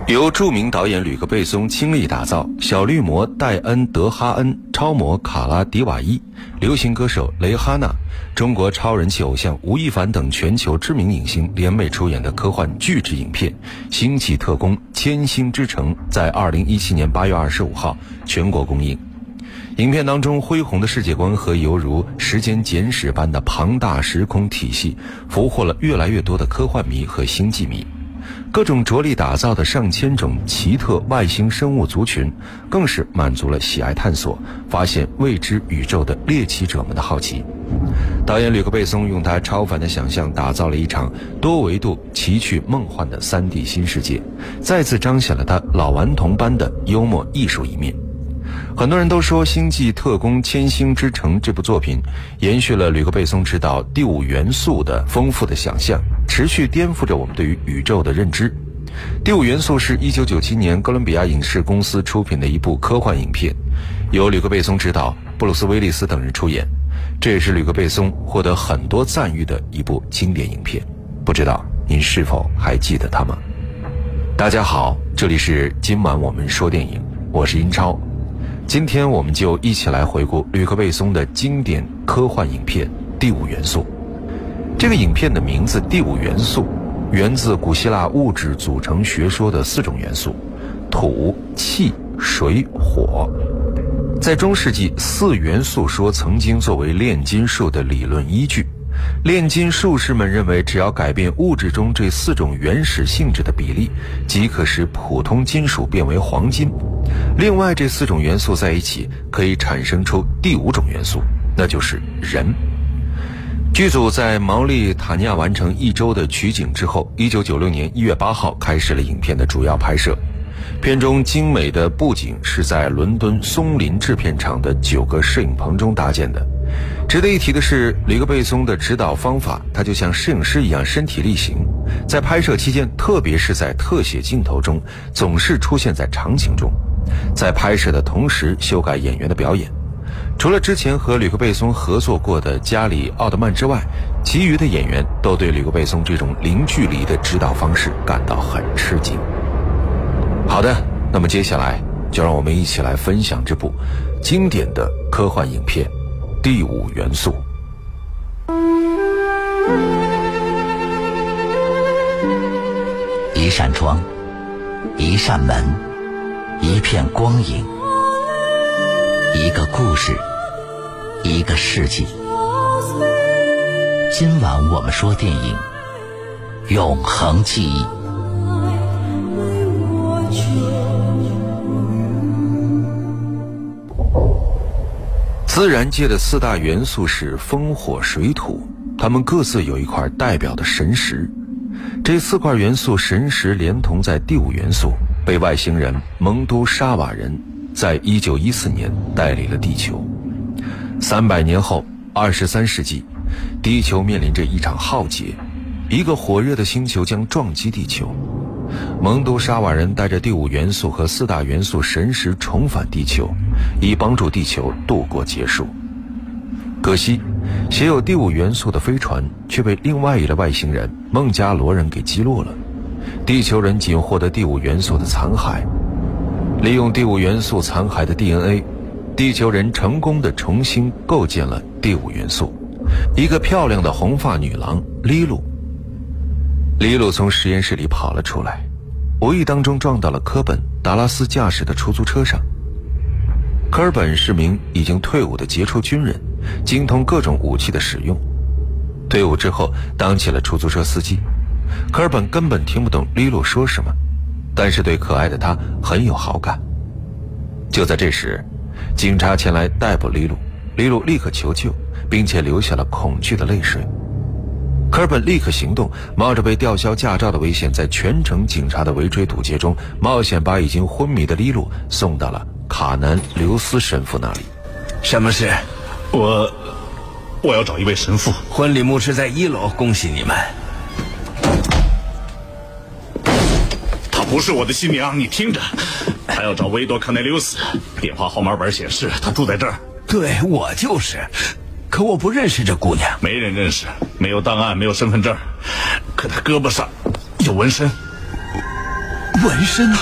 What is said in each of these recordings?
由著名导演吕克·贝松倾力打造，小绿魔戴恩·德哈恩、超模卡拉·迪瓦伊、流行歌手蕾哈娜、中国超人气偶像吴亦凡等全球知名影星联袂出演的科幻巨制影片《星际特工：千星之城》在2017年8月25号全国公映。影片当中恢宏的世界观和犹如时间简史般的庞大时空体系，俘获了越来越多的科幻迷和星际迷。各种着力打造的上千种奇特外星生物族群，更是满足了喜爱探索、发现未知宇宙的猎奇者们的好奇。导演吕克·贝松用他超凡的想象打造了一场多维度奇趣梦幻的 3D 新世界，再次彰显了他老顽童般的幽默艺术一面。很多人都说《星际特工：千星之城》这部作品延续了吕克·贝松执导第5元素的丰富的想象，持续颠覆着我们对于宇宙的认知。第5元素是1997年哥伦比亚影视公司出品的一部科幻影片，由吕克·贝松执导，布鲁斯·威利斯等人出演。这也是吕克·贝松获得很多赞誉的一部经典影片，不知道您是否还记得它吗？大家好，这里是今晚我们说电影，我是英超。今天我们就一起来回顾吕克·贝松的经典科幻影片《第5元素》。这个影片的名字第5元素源自古希腊物质组成学说的4种元素：土、气、水、火。在中世纪，4元素说曾经作为炼金术的理论依据。炼金术士们认为，只要改变物质中这4种原始性质的比例，即可使普通金属变为黄金。另外，这4种元素在一起，可以产生出第5种元素，那就是人。剧组在毛利塔尼亚完成1周的取景之后，1996年1月8号开始了影片的主要拍摄。片中精美的布景是在伦敦松林制片厂的9个摄影棚中搭建的。值得一提的是，吕克·贝松的指导方法，他就像摄影师一样身体力行，在拍摄期间，特别是在特写镜头中，总是出现在场景中，在拍摄的同时修改演员的表演。除了之前和吕克·贝松合作过的加里·奥德曼之外，其余的演员都对吕克·贝松这种零距离的指导方式感到很吃惊。好的，那么接下来就让我们一起来分享这部经典的科幻影片《第5元素》。 一扇窗，一扇门，一片光影，一个故事，一个世纪。今晚我们说电影《永恒记忆》。 自然界的4大元素是风、火、水、土，它们各自有一块代表的神石。这4块元素神石连同在第5元素，被外星人蒙都沙瓦人在1914年带离了地球。300年后，23世纪，地球面临着一场浩劫，一个火热的星球将撞击地球。蒙都沙瓦人带着第5元素和4大元素神石重返地球，以帮助地球度过劫数。可惜，携有第5元素的飞船却被另外一类外星人孟加罗人给击落了。地球人仅获得第5元素的残骸，利用第5元素残骸的 DNA， 地球人成功地重新构建了第5元素。一个漂亮的红发女郎莉露从实验室里跑了出来，无意当中撞到了科本·达拉斯驾驶的出租车上。科本是名已经退伍的杰出军人，精通各种武器的使用。退伍之后当起了出租车司机。科本根本听不懂莉露说什么，但是对可爱的她很有好感。就在这时，警察前来逮捕莉露立刻求救，并且流下了恐惧的泪水。科本立刻行动，冒着被吊销驾照的危险，在全城警察的围追堵截中，冒险把已经昏迷的莉露送到了卡南留斯神父那里。 什么事？ 我要找一位神父。 婚礼牧师在1楼，恭喜你们。 他不是我的新娘，你听着。还要找维多·卡内留斯，电话号码本显示他住在这儿。 对，我就是。可我不认识这姑娘。 没人认识，没有档案，没有身份证，可她胳膊上有纹身。 纹身，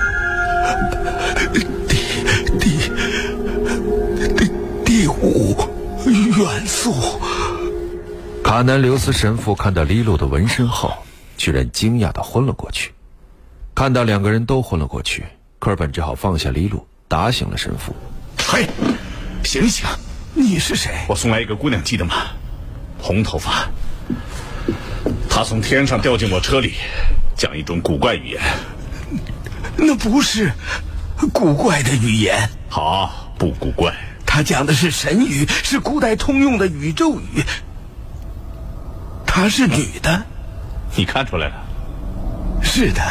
第五元素。 卡南留斯神父看到利路的纹身后，居然惊讶地昏了过去。看到两个人都昏了过去，科尔本只好放下利路，打醒了神父。 嘿，醒醒！ 你是谁？ 我送来一个姑娘，记得吗？红头发，她从天上掉进我车里，讲一种古怪语言。 那不是古怪的语言。 好，不古怪。 他讲的是神语，是古代通用的宇宙语。她是女的。 你看出来了？ 是的。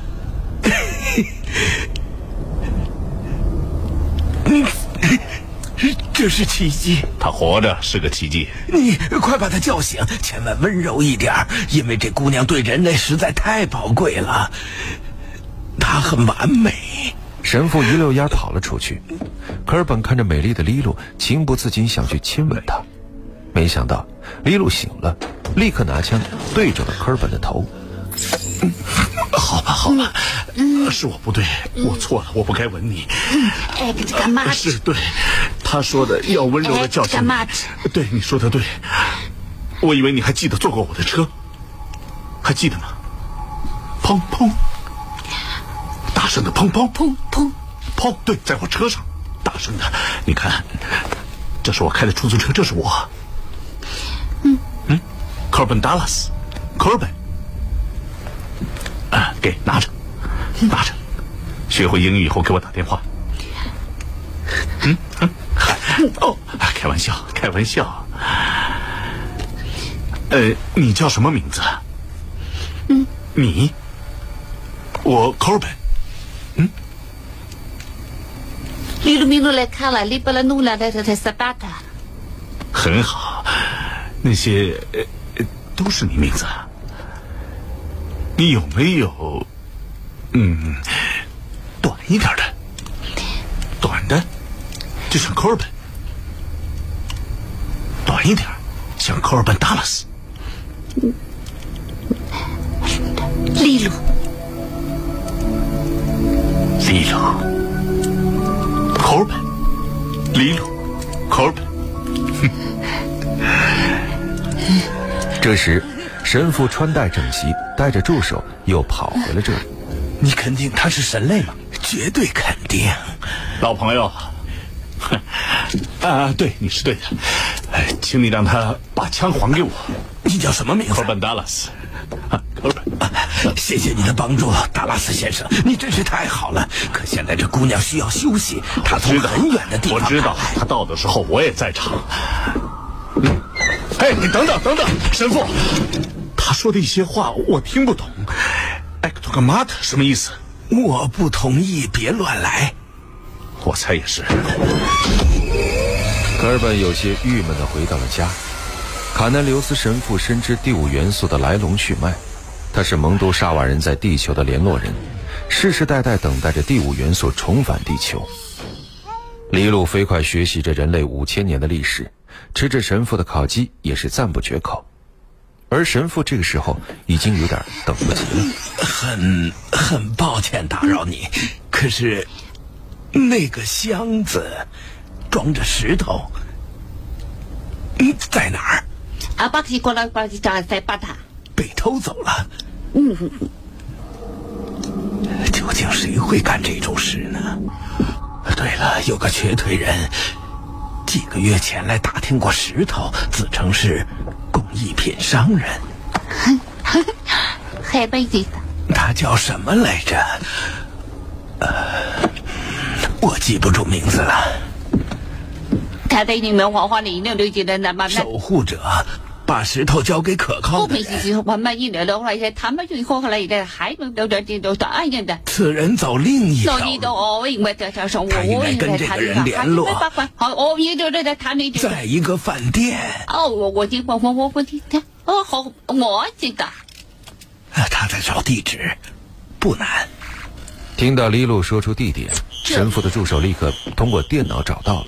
这是奇迹。 她活着是个奇迹。 你快把她叫醒，千万温柔一点，因为这姑娘对人类实在太宝贵了。她很完美。 神父一溜烟跑了出去。科尔本看着美丽的利路，情不自禁想去亲吻她，没想到利路醒了，立刻拿枪对准了科尔本的头。 好吧，好吧，是我不对，我错了，我不该吻你。是对，他说的要温柔的叫醒你。对，你说的对。我以为你还记得坐过我的车，还记得吗？砰砰，大声的砰砰砰砰砰，对，在我车上，大声的。你看，这是我开的出租车，这是我。Corbin Dallas，Corbin。给拿着，拿着。学会英语以后给我打电话。哦，开玩笑，开玩笑。你叫什么名字？你？我 Corbin。很好，那些都是你名字。你有没有短一点的？短的就像 Corbin， 短一点像 Corbin Dallas。 利路 Corbin， 利路 Corbin。 这时神父穿戴整齐，带着助手又跑回了这里。 你肯定他是神类吗？绝对肯定。 老朋友，对，你是对的。请你让他把枪还给我。 你叫什么名字？ Corbin Dallas。 谢谢你的帮助，达拉斯先生，你真是太好了。可现在这姑娘需要休息，她从很远的地方。 我知道，她到的时候我也在场。你等等，神父，他说的一些话我听不懂。Ektogamat 什么意思？ 我不同意，别乱来。 我猜也是。 科尔本有些郁闷地回到了家。卡南留斯神父深知第五元素的来龙去脉，他是蒙都沙瓦人在地球的联络人，世世代代等待着第五元素重返地球。黎路飞快学习着人类5000年的历史，吃着神父的烤鸡也是赞不绝口。而神父这个时候已经有点等不及了。 很抱歉打扰你，可是那个箱子装着石头在哪儿？被偷走了。究竟谁会干这种事呢？对了，有个瘸腿人几个月前来打听过石头，自称是工艺品商人。他叫什么来着？我记不住名字了。守护者把石头交给可靠的人。此人走另一条路，他应该跟这个人联络，在一个饭店。他在找地址，不难。 听到黎路说出地点，神父的助手立刻通过电脑找到了。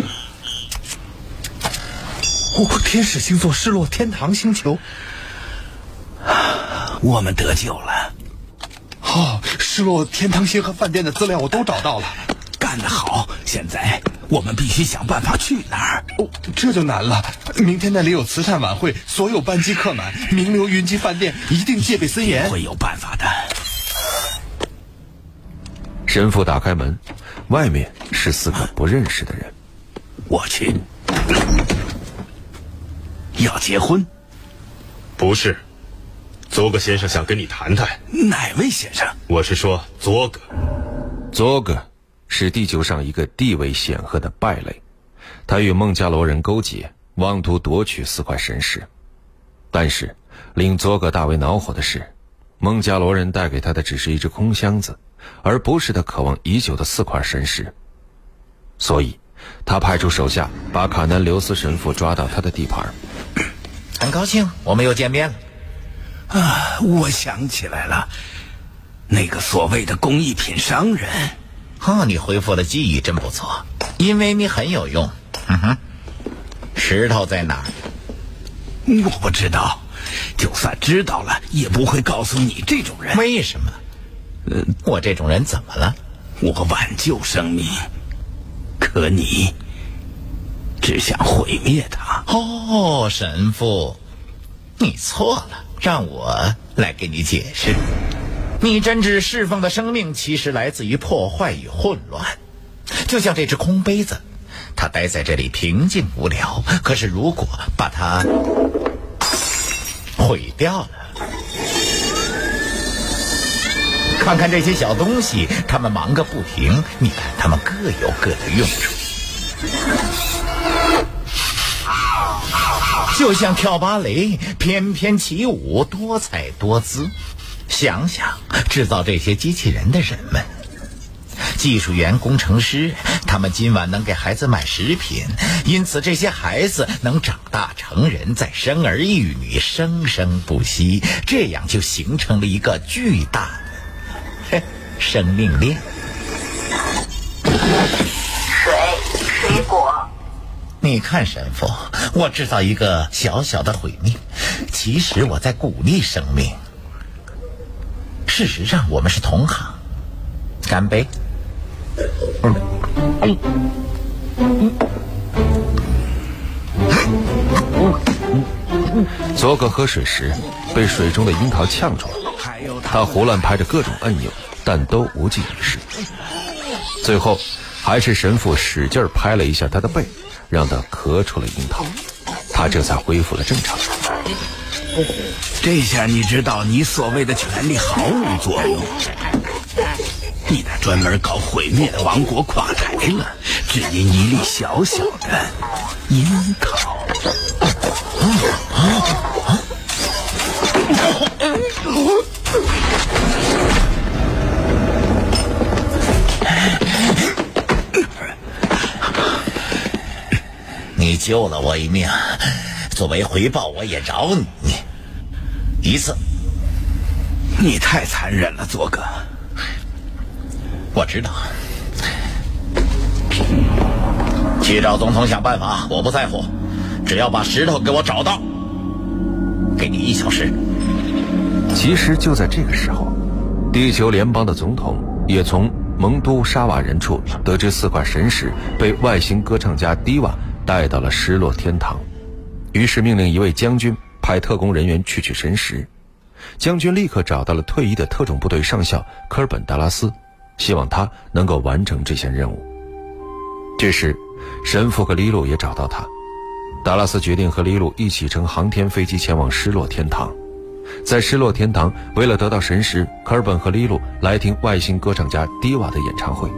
天使星座失落天堂星球，我们得救了。 失落天堂协和饭店的资料我都找到了。 干得好！现在我们必须想办法去那儿。 这就难了。明天那里有慈善晚会，所有班机客满，名流云集饭店一定戒备森严。 会有办法的。 神父打开门，外面是4个不认识的人。 我去。要结婚？ 不是，佐格先生想跟你谈谈。 哪位先生？ 我是说佐格。 佐格是地球上一个地位显赫的败类，他与孟加罗人勾结，妄图夺取4块神石。但是令佐格大为恼火的是，孟加罗人带给他的只是一只空箱子，而不是他渴望已久的4块神石。所以他派出手下把卡南留斯神父抓到他的地盘。 很高兴我们又见面了。 我想起来了，那个所谓的工艺品商人。 你恢复的记忆真不错，因为你很有用。石头在哪儿？ 我不知道，就算知道了也不会告诉你这种人。 为什么？我这种人怎么了？ 我挽救生命，可你只想毁灭它。 神父，你错了，让我来给你解释。你真知侍奉的生命其实来自于破坏与混乱，就像这只空杯子，它待在这里平静无聊，可是如果把它毁掉了，看看这些小东西，它们忙个不停，你看它们各有各的用处，就像跳芭蕾，翩翩起舞，多彩多姿。想想制造这些机器人的人们，技术员、工程师，他们今晚能给孩子买食品，因此这些孩子能长大成人，再生儿育女，生生不息，这样就形成了一个巨大的生命链。 水果。 你看神父，我制造一个小小的毁灭，其实我在鼓励生命。事实上我们是同行，干杯。 佐格喝水时被水中的樱桃呛住了，他胡乱拍着各种按钮，但都无济于事。最后还是神父使劲拍了一下他的背，让他咳出了樱桃，他这才恢复了正常。 这下你知道你所谓的权力毫无作用，你那专门搞毁灭的王国垮台了，只因一粒小小的樱桃。 你救了我一命，作为回报我也饶你一次。 你太残忍了，佐格。 我知道，去找总统想办法，我不在乎，只要把石头给我找到，给你1小时。 其实就在这个时候，地球联邦的总统也从蒙都沙瓦人处得知4块神石被外星歌唱家迪瓦带到了失落天堂，于是命令一位将军派特工人员去取神石。将军立刻找到了退役的特种部队上校科尔本·达拉斯，希望他能够完成这项任务。这时神父和利路也找到他，达拉斯决定和利路一起乘航天飞机前往失落天堂。在失落天堂，为了得到神石，科尔本和利路来听外星歌唱家迪瓦的演唱会。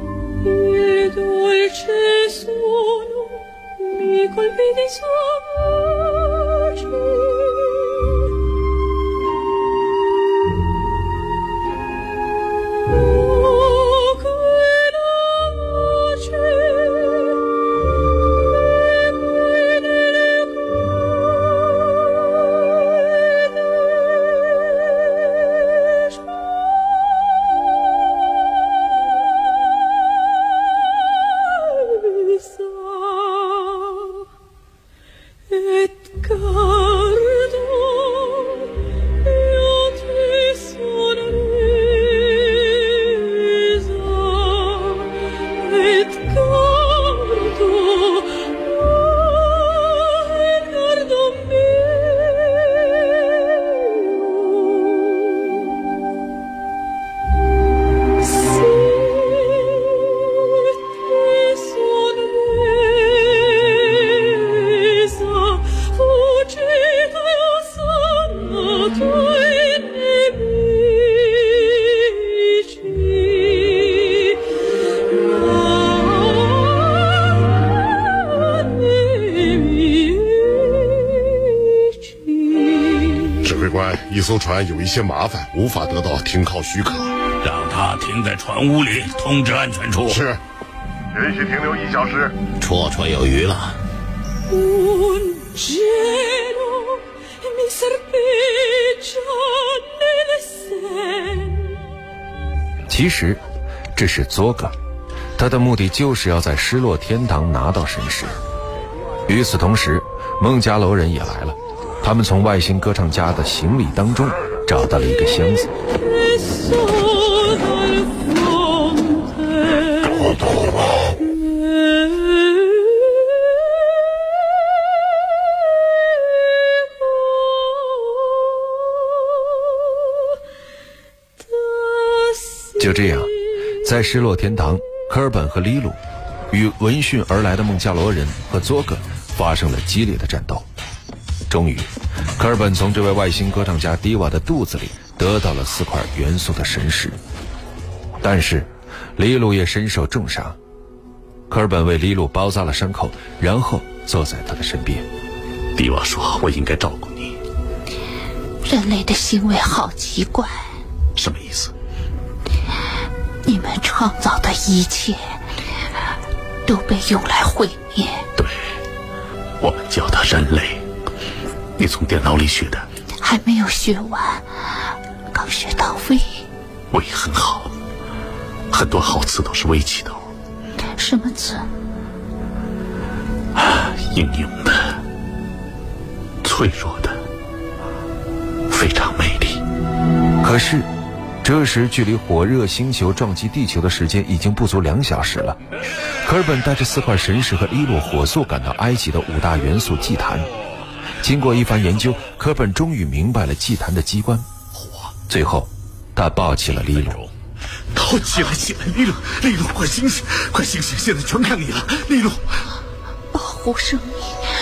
et car 一艘船有一些麻烦，无法得到停靠许可。 让他停在船坞里，通知安全处。 是，允许停留1小时。 绰绰有余了。 其实这是佐格，他的目的就是要在失落天堂拿到神石。与此同时，孟加楼人也来了，他们从外星歌唱家的行李当中找到了一个箱子。就这样，在失落天堂，科尔本和利鲁与闻讯而来的孟加罗人和佐格发生了激烈的战斗。终于，科尔本从这位外星歌唱家迪瓦的肚子里得到了4块元素的神石，但是利鲁也身受重伤。科尔本为利鲁包扎了伤口，然后坐在他的身边。 迪瓦说：“我应该照顾你。” 人类的行为好奇怪。 什么意思？ 你们创造的一切都被用来毁灭。 对，我们叫它人类。你从电脑里学的？ 还没有学完，刚学到位。 位很好，很多好词都是位起头。 什么词？ 英勇的，脆弱的，非常美丽。 可是这时距离火热星球撞击地球的时间已经不足2小时了。科尔本带着4块神石和利洛火速赶到埃及的5大元素祭坛。经过一番研究，科尔本终于明白了祭坛的机关。最后他抱起了利洛。 好，起来起来，利洛，利洛，快醒醒，快醒醒，现在全看你了，利洛。 保护生命，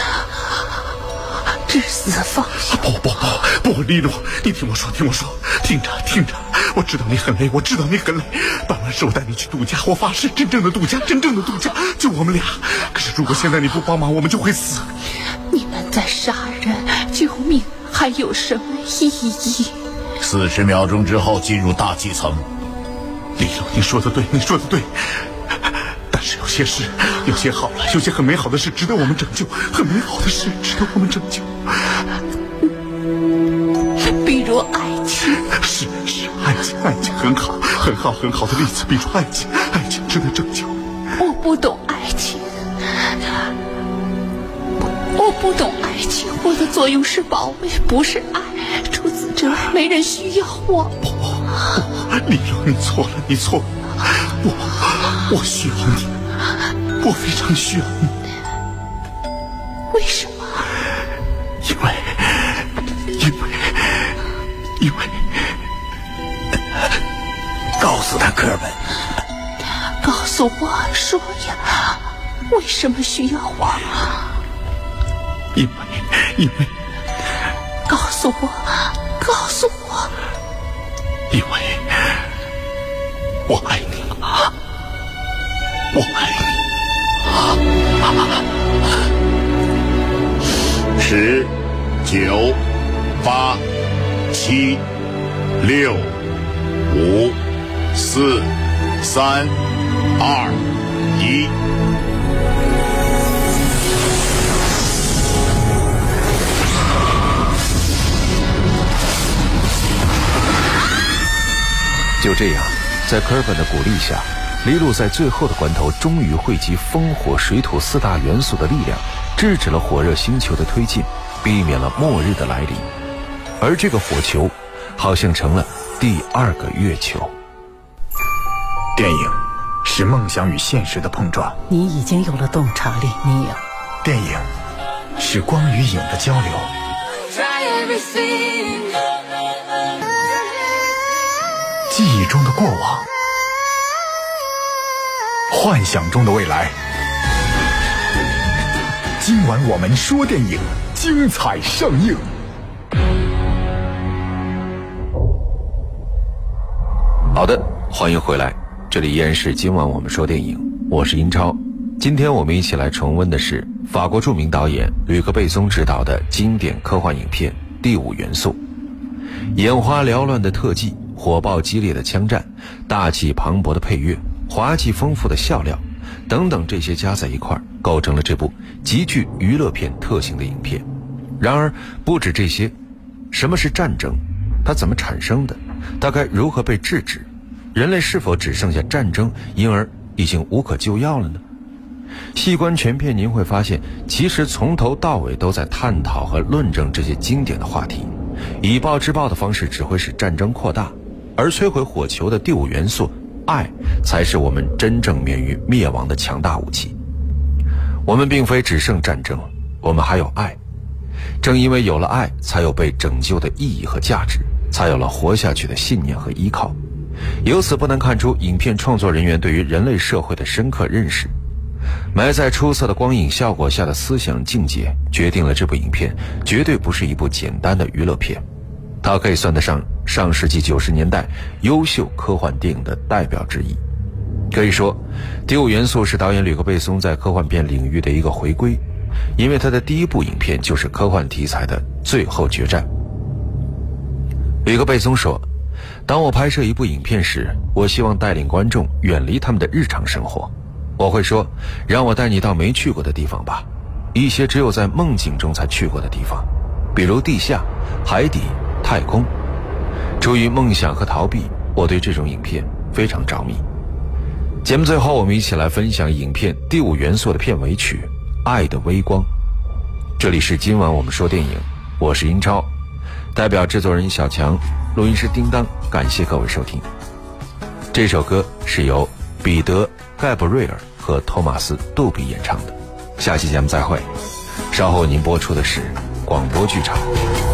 至死方休。 不，利洛，你听我说，听着，我知道你很累，傍晚时我带你去度假，我发誓，真正的度假，就我们俩。可是如果现在你不帮忙，我们就会死。 你们在杀人，救命还有什么意义 ？40秒钟之后进入大气层。 利洛，你说的对。但是有些事，有些好了，有些很美好的事值得我们拯救， 比如爱情。 是爱情很好的例子。比如爱情值得拯救。 我不懂爱情，我的作用是保卫，不是爱。除此之外，没人需要我。 不，利洛，你错了。我需要你，我非常需要你。 为什么？ 因为告诉他，科尔本， 告诉我，说呀，为什么需要我？ 因为告诉我， 因为我爱你， 10、9、8、7、6、5、4、3、2、1。 就这样，在科尔本的鼓励下，利路在最后的关头终于汇集风火水土4大元素的力量，制止了火热星球的推进，避免了末日的来临。而这个火球好像成了第2个月球。 电影是梦想与现实的碰撞。 你已经有了洞察力，你有。 电影是光与影的交流。记忆中的过往，幻想中的未来。今晚我们说电影，精彩上映。 好的，欢迎回来，这里依然是今晚我们说电影，我是英超。今天我们一起来重温的是法国著名导演吕克·贝松执导的经典科幻影片《第5元素》。 眼花缭乱的特技，火爆激烈的枪战，大气磅礴的配乐，滑稽丰富的笑料等等，这些加在一块儿，构成了这部极具娱乐片特性的影片。然而不止这些，什么是战争？它怎么产生的？它该如何被制止？人类是否只剩下战争，因而已经无可救药了呢？细观全片，您会发现，其实从头到尾都在探讨和论证这些经典的话题。以暴制暴的方式只会使战争扩大，而摧毁火球的第5元素爱，才是我们真正免于灭亡的强大武器。我们并非只剩战争，我们还有爱。正因为有了爱，才有被拯救的意义和价值，才有了活下去的信念和依靠。由此不难看出影片创作人员对于人类社会的深刻认识。埋在出色的光影效果下的思想境界，决定了这部影片绝对不是一部简单的娱乐片，它可以算得上上世纪90年代优秀科幻电影的代表之一。可以说，第5元素是导演吕克·贝松在科幻片领域的一个回归，因为他的第1部影片就是科幻题材的最后决战。吕克·贝松说，当我拍摄一部影片时，我希望带领观众远离他们的日常生活。我会说，让我带你到没去过的地方吧，一些只有在梦境中才去过的地方，比如地下、海底、太空。出于梦想和逃避，我对这种影片非常着迷。节目最后，我们一起来分享影片第5元素的片尾曲《爱的微光》。这里是今晚我们说电影，我是英超，代表制作人小强，录音师叮当，感谢各位收听。这首歌是由彼得·盖布瑞尔和托马斯·杜比演唱的。下期节目再会，稍后您播出的是广播剧场。